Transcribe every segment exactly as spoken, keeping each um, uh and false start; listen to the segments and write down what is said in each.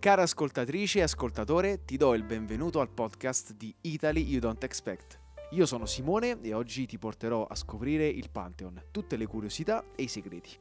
Cara ascoltatrice e ascoltatore, ti do il benvenuto al podcast di Italy You Don't Expect. Io sono Simone e oggi ti porterò a scoprire il Pantheon, tutte le curiosità e i segreti.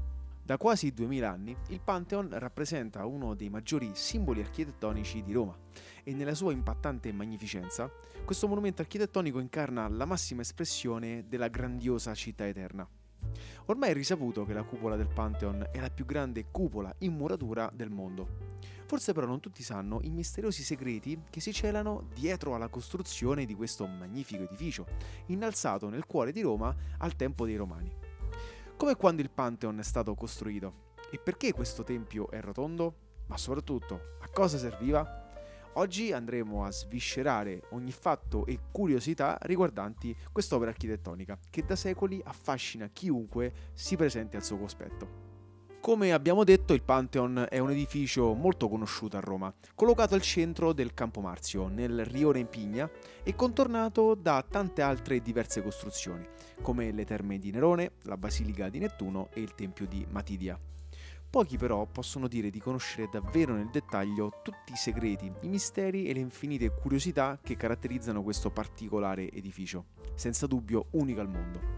Da quasi duemila anni, il Pantheon rappresenta uno dei maggiori simboli architettonici di Roma e nella sua impattante magnificenza, questo monumento architettonico incarna la massima espressione della grandiosa città eterna. Ormai è risaputo che la cupola del Pantheon è la più grande cupola in muratura del mondo. Forse però non tutti sanno i misteriosi segreti che si celano dietro alla costruzione di questo magnifico edificio, innalzato nel cuore di Roma al tempo dei Romani. Come e quando il Pantheon è stato costruito? E perché questo tempio è rotondo? Ma soprattutto, a cosa serviva? Oggi andremo a sviscerare ogni fatto e curiosità riguardanti quest'opera architettonica che da secoli affascina chiunque si presenti al suo cospetto. Come abbiamo detto, il Pantheon è un edificio molto conosciuto a Roma, collocato al centro del Campo Marzio, nel Rione Impigna, e contornato da tante altre diverse costruzioni, come le Terme di Nerone, la Basilica di Nettuno e il Tempio di Matidia. Pochi però possono dire di conoscere davvero nel dettaglio tutti i segreti, i misteri e le infinite curiosità che caratterizzano questo particolare edificio, senza dubbio unico al mondo.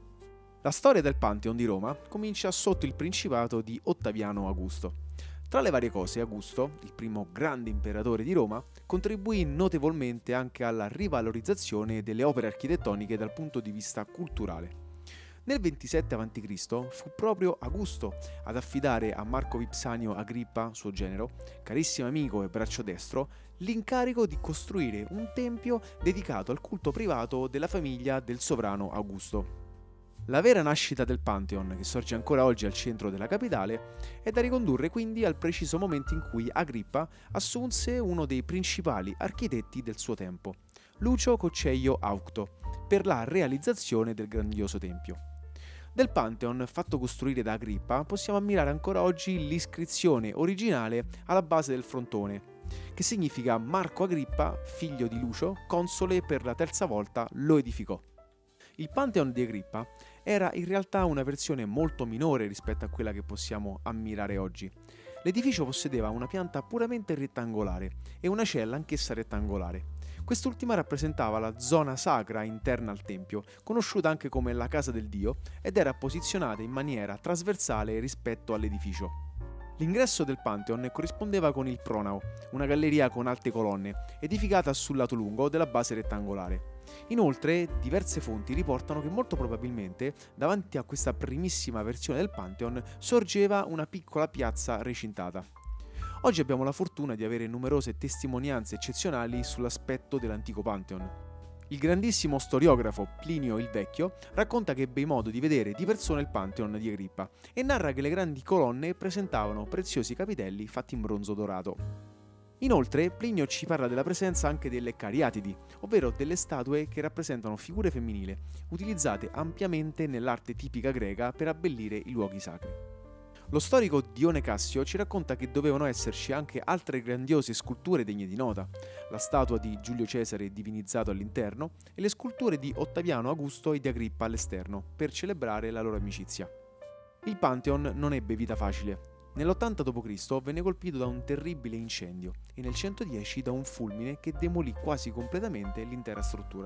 La storia del Pantheon di Roma comincia sotto il principato di Ottaviano Augusto. Tra le varie cose, Augusto, il primo grande imperatore di Roma, contribuì notevolmente anche alla rivalorizzazione delle opere architettoniche dal punto di vista culturale. Nel ventisette avanti Cristo fu proprio Augusto ad affidare a Marco Vipsanio Agrippa, suo genero, carissimo amico e braccio destro, l'incarico di costruire un tempio dedicato al culto privato della famiglia del sovrano Augusto. La vera nascita del Pantheon, che sorge ancora oggi al centro della capitale, è da ricondurre quindi al preciso momento in cui Agrippa assunse uno dei principali architetti del suo tempo, Lucio Cocceio Aucto, per la realizzazione del grandioso tempio. Del Pantheon fatto costruire da Agrippa possiamo ammirare ancora oggi l'iscrizione originale alla base del frontone, che significa Marco Agrippa, figlio di Lucio, console per la terza volta, lo edificò. Il Pantheon di Agrippa era in realtà una versione molto minore rispetto a quella che possiamo ammirare oggi. L'edificio possedeva una pianta puramente rettangolare e una cella anch'essa rettangolare. Quest'ultima rappresentava la zona sacra interna al tempio, conosciuta anche come la casa del dio, ed era posizionata in maniera trasversale rispetto all'edificio. L'ingresso del Pantheon corrispondeva con il pronao, una galleria con alte colonne, edificata sul lato lungo della base rettangolare. Inoltre, diverse fonti riportano che molto probabilmente davanti a questa primissima versione del Pantheon sorgeva una piccola piazza recintata. Oggi abbiamo la fortuna di avere numerose testimonianze eccezionali sull'aspetto dell'antico Pantheon. Il grandissimo storiografo Plinio il Vecchio racconta che ebbe modo di vedere di persona il Pantheon di Agrippa e narra che le grandi colonne presentavano preziosi capitelli fatti in bronzo dorato. Inoltre, Plinio ci parla della presenza anche delle cariatidi, ovvero delle statue che rappresentano figure femminili, utilizzate ampiamente nell'arte tipica greca per abbellire i luoghi sacri. Lo storico Dione Cassio ci racconta che dovevano esserci anche altre grandiose sculture degne di nota, la statua di Giulio Cesare divinizzato all'interno e le sculture di Ottaviano Augusto e di Agrippa all'esterno, per celebrare la loro amicizia. Il Pantheon non ebbe vita facile. Nell'ottanta dopo Cristo venne colpito da un terribile incendio e nel centodieci da un fulmine che demolì quasi completamente l'intera struttura.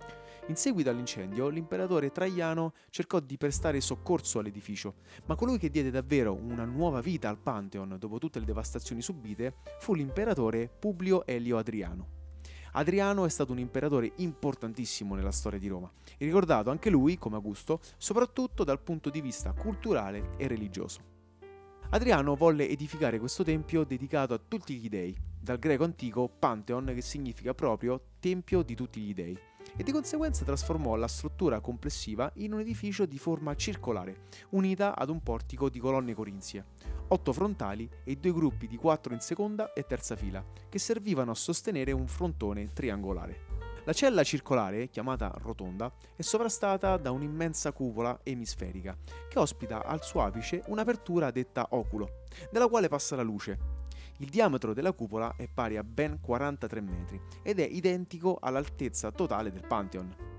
In seguito all'incendio, l'imperatore Traiano cercò di prestare soccorso all'edificio, ma colui che diede davvero una nuova vita al Pantheon dopo tutte le devastazioni subite fu l'imperatore Publio Elio Adriano. Adriano è stato un imperatore importantissimo nella storia di Roma e ricordato anche lui, come Augusto, soprattutto dal punto di vista culturale e religioso. Adriano volle edificare questo tempio dedicato a tutti gli dei, dal greco antico Pantheon, che significa proprio tempio di tutti gli dei, e di conseguenza trasformò la struttura complessiva in un edificio di forma circolare, unita ad un portico di colonne corinzie, otto frontali e due gruppi di quattro in seconda e terza fila, che servivano a sostenere un frontone triangolare. La cella circolare, chiamata rotonda, è sovrastata da un'immensa cupola emisferica, che ospita al suo apice un'apertura detta oculo, dalla quale passa la luce. Il diametro della cupola è pari a ben quarantatré metri ed è identico all'altezza totale del Pantheon.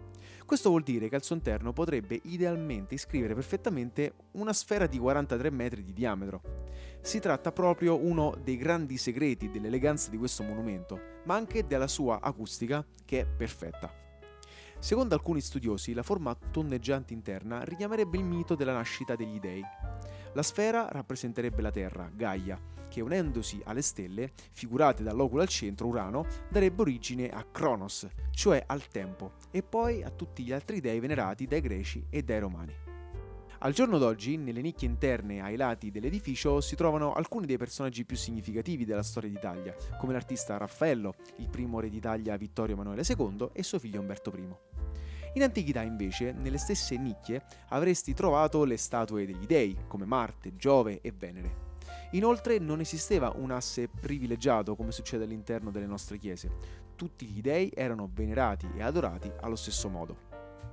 Questo vuol dire che al suo interno potrebbe idealmente iscrivere perfettamente una sfera di quarantatré metri di diametro. Si tratta proprio uno dei grandi segreti dell'eleganza di questo monumento, ma anche della sua acustica, che è perfetta. Secondo alcuni studiosi, la forma tonneggiante interna richiamerebbe il mito della nascita degli dei. La sfera rappresenterebbe la Terra, Gaia, che unendosi alle stelle, figurate dall'oculo al centro, Urano, darebbe origine a Cronos, cioè al tempo, e poi a tutti gli altri dei venerati dai greci e dai romani. Al giorno d'oggi, nelle nicchie interne ai lati dell'edificio si trovano alcuni dei personaggi più significativi della storia d'Italia, come l'artista Raffaello, il primo re d'Italia Vittorio Emanuele secondo e suo figlio Umberto primo. In antichità, invece, nelle stesse nicchie avresti trovato le statue degli dei, come Marte, Giove e Venere. Inoltre non esisteva un asse privilegiato come succede all'interno delle nostre chiese. Tutti gli dei erano venerati e adorati allo stesso modo.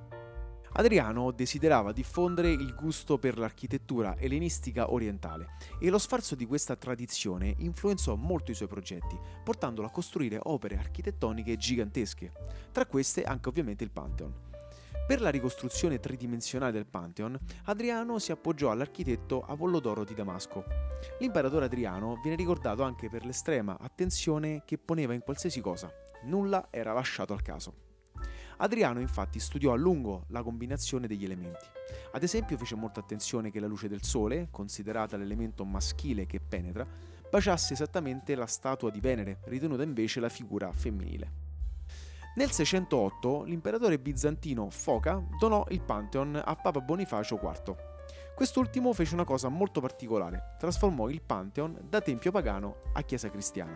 Adriano desiderava diffondere il gusto per l'architettura ellenistica orientale e lo sfarzo di questa tradizione influenzò molto i suoi progetti, portandolo a costruire opere architettoniche gigantesche, tra queste anche ovviamente il Pantheon. Per la ricostruzione tridimensionale del Pantheon, Adriano si appoggiò all'architetto Apollodoro di Damasco. L'imperatore Adriano viene ricordato anche per l'estrema attenzione che poneva in qualsiasi cosa. Nulla era lasciato al caso. Adriano infatti studiò a lungo la combinazione degli elementi. Ad esempio fece molta attenzione che la luce del sole, considerata l'elemento maschile che penetra, baciasse esattamente la statua di Venere, ritenuta invece la figura femminile. Nel seicentootto l'imperatore bizantino Foca donò il Pantheon a Papa Bonifacio quarto. Quest'ultimo fece una cosa molto particolare, trasformò il Pantheon da tempio pagano a chiesa cristiana.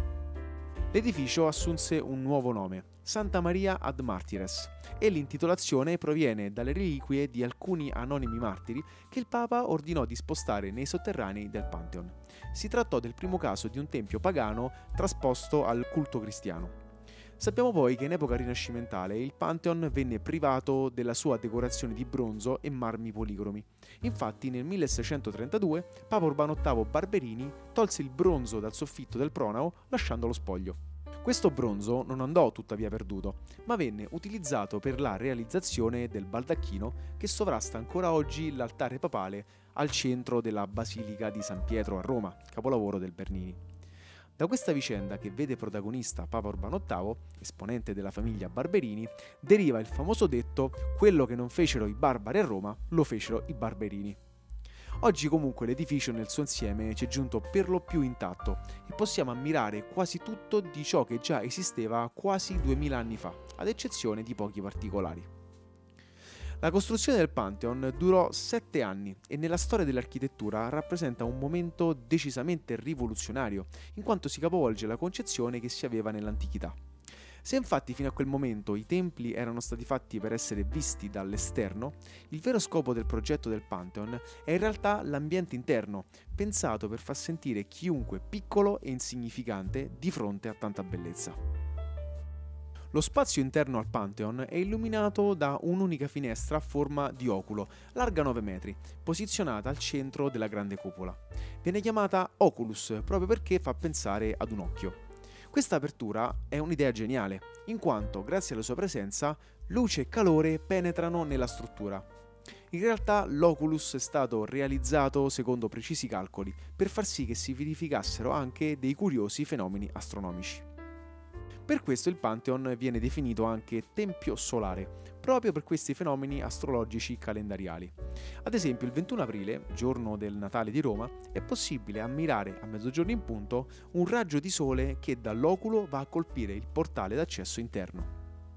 L'edificio assunse un nuovo nome, Santa Maria ad Martires, e l'intitolazione proviene dalle reliquie di alcuni anonimi martiri che il Papa ordinò di spostare nei sotterranei del Pantheon. Si trattò del primo caso di un tempio pagano trasposto al culto cristiano. Sappiamo poi che in epoca rinascimentale il Pantheon venne privato della sua decorazione di bronzo e marmi policromi. Infatti nel milleseicentotrentadue Papa Urbano ottavo Barberini tolse il bronzo dal soffitto del pronao lasciando lo spoglio. Questo bronzo non andò tuttavia perduto, ma venne utilizzato per la realizzazione del baldacchino che sovrasta ancora oggi l'altare papale al centro della Basilica di San Pietro a Roma, capolavoro del Bernini. Da questa vicenda, che vede protagonista Papa Urbano ottavo, esponente della famiglia Barberini, deriva il famoso detto «Quello che non fecero i barbari a Roma, lo fecero i barberini». Oggi comunque l'edificio nel suo insieme ci è giunto per lo più intatto e possiamo ammirare quasi tutto di ciò che già esisteva quasi duemila anni fa, ad eccezione di pochi particolari. La costruzione del Pantheon durò sette anni e nella storia dell'architettura rappresenta un momento decisamente rivoluzionario, in quanto si capovolge la concezione che si aveva nell'antichità. Se infatti fino a quel momento i templi erano stati fatti per essere visti dall'esterno, il vero scopo del progetto del Pantheon è in realtà l'ambiente interno, pensato per far sentire chiunque piccolo e insignificante di fronte a tanta bellezza. Lo spazio interno al Pantheon è illuminato da un'unica finestra a forma di oculo, larga nove metri, posizionata al centro della grande cupola. Viene chiamata oculus proprio perché fa pensare ad un occhio. Questa apertura è un'idea geniale, in quanto grazie alla sua presenza luce e calore penetrano nella struttura. In realtà l'oculus è stato realizzato secondo precisi calcoli per far sì che si verificassero anche dei curiosi fenomeni astronomici. Per questo il Pantheon viene definito anche tempio solare, proprio per questi fenomeni astrologici calendariali. Ad esempio il ventuno aprile, giorno del Natale di Roma, è possibile ammirare a mezzogiorno in punto un raggio di sole che dall'oculo va a colpire il portale d'accesso interno.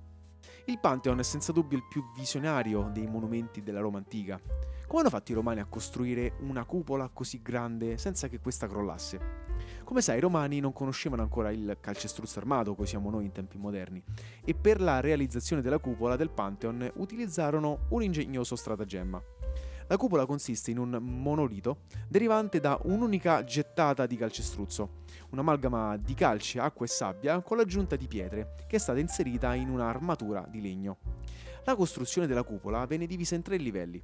Il Pantheon è senza dubbio il più visionario dei monumenti della Roma antica. Come hanno fatto i romani a costruire una cupola così grande senza che questa crollasse? Come sai, i romani non conoscevano ancora il calcestruzzo armato, come siamo noi in tempi moderni, e per la realizzazione della cupola del Pantheon utilizzarono un ingegnoso stratagemma. La cupola consiste in un monolito derivante da un'unica gettata di calcestruzzo, un'amalgama di calce, acqua e sabbia con l'aggiunta di pietre, che è stata inserita in un'armatura di legno. La costruzione della cupola venne divisa in tre livelli.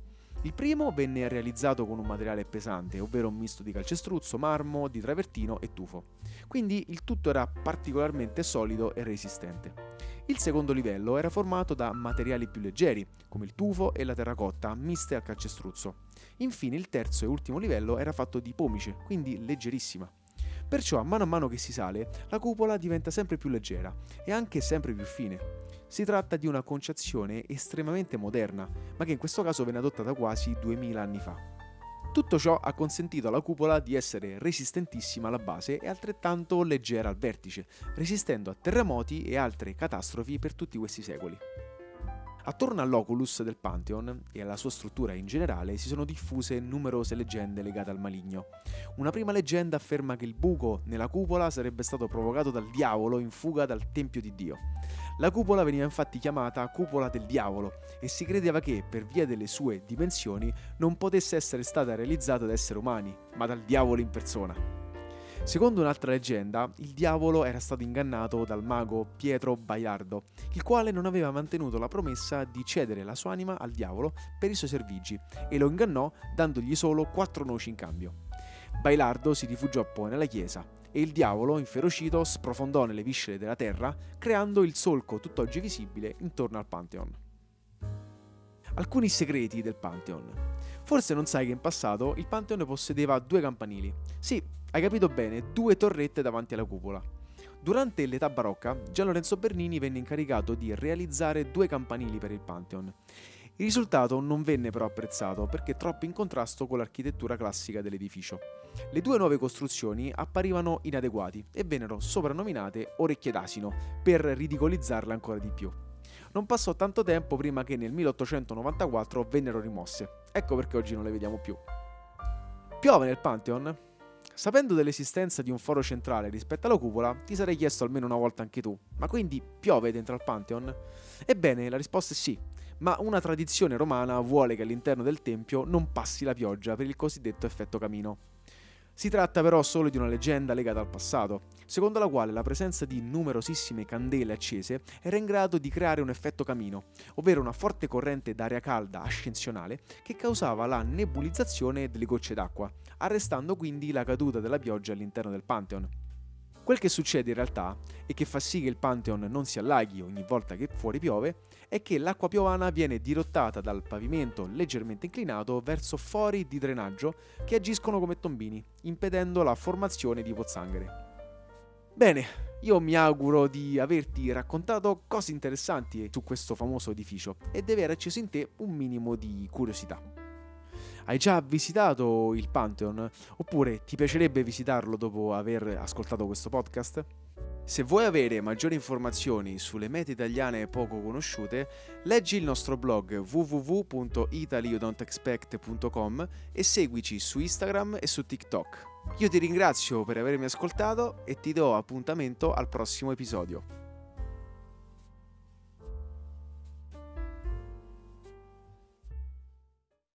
Il primo venne realizzato con un materiale pesante, ovvero un misto di calcestruzzo, marmo, di travertino e tufo. Quindi il tutto era particolarmente solido e resistente. Il secondo livello era formato da materiali più leggeri, come il tufo e la terracotta, miste al calcestruzzo. Infine il terzo e ultimo livello era fatto di pomice, quindi leggerissima. Perciò a mano a mano che si sale, la cupola diventa sempre più leggera e anche sempre più fine. Si tratta di una concezione estremamente moderna, ma che in questo caso venne adottata quasi duemila anni fa. Tutto ciò ha consentito alla cupola di essere resistentissima alla base e altrettanto leggera al vertice, resistendo a terremoti e altre catastrofi per tutti questi secoli. Attorno all'oculus del Pantheon e alla sua struttura in generale si sono diffuse numerose leggende legate al maligno. Una prima leggenda afferma che il buco nella cupola sarebbe stato provocato dal diavolo in fuga dal Tempio di Dio. La cupola veniva infatti chiamata Cupola del Diavolo e si credeva che, per via delle sue dimensioni, non potesse essere stata realizzata da esseri umani, ma dal diavolo in persona. Secondo un'altra leggenda, il diavolo era stato ingannato dal mago Pietro Bailardo, il quale non aveva mantenuto la promessa di cedere la sua anima al diavolo per i suoi servigi e lo ingannò dandogli solo quattro noci in cambio. Bailardo si rifugiò poi nella chiesa e il diavolo, inferocito, sprofondò nelle viscere della terra, creando il solco tutt'oggi visibile intorno al Pantheon. Alcuni segreti del Pantheon. Forse non sai che in passato il Pantheon possedeva due campanili. Sì, hai capito bene, due torrette davanti alla cupola. Durante l'età barocca, Gian Lorenzo Bernini venne incaricato di realizzare due campanili per il Pantheon. Il risultato non venne però apprezzato perché troppo in contrasto con l'architettura classica dell'edificio. Le due nuove costruzioni apparivano inadeguati e vennero soprannominate orecchie d'asino per ridicolizzarle ancora di più. Non passò tanto tempo prima che nel milleottocentonovantaquattro vennero rimosse. Ecco perché oggi non le vediamo più. Piove nel Pantheon? Sapendo dell'esistenza di un foro centrale rispetto alla cupola, ti sarei chiesto almeno una volta anche tu, ma quindi piove dentro al Pantheon? Ebbene, la risposta è sì, ma una tradizione romana vuole che all'interno del tempio non passi la pioggia per il cosiddetto effetto camino. Si tratta però solo di una leggenda legata al passato, secondo la quale la presenza di numerosissime candele accese era in grado di creare un effetto camino, ovvero una forte corrente d'aria calda ascensionale che causava la nebulizzazione delle gocce d'acqua, arrestando quindi la caduta della pioggia all'interno del Pantheon. Quel che succede in realtà, e che fa sì che il Pantheon non si allaghi ogni volta che fuori piove, è che l'acqua piovana viene dirottata dal pavimento leggermente inclinato verso fori di drenaggio che agiscono come tombini, impedendo la formazione di pozzanghere. Bene, io mi auguro di averti raccontato cose interessanti su questo famoso edificio e di aver acceso in te un minimo di curiosità. Hai già visitato il Pantheon? Oppure ti piacerebbe visitarlo dopo aver ascoltato questo podcast? Se vuoi avere maggiori informazioni sulle mete italiane poco conosciute, leggi il nostro blog w w w punto italy you don't expect punto com e seguici su Instagram e su TikTok. Io ti ringrazio per avermi ascoltato e ti do appuntamento al prossimo episodio.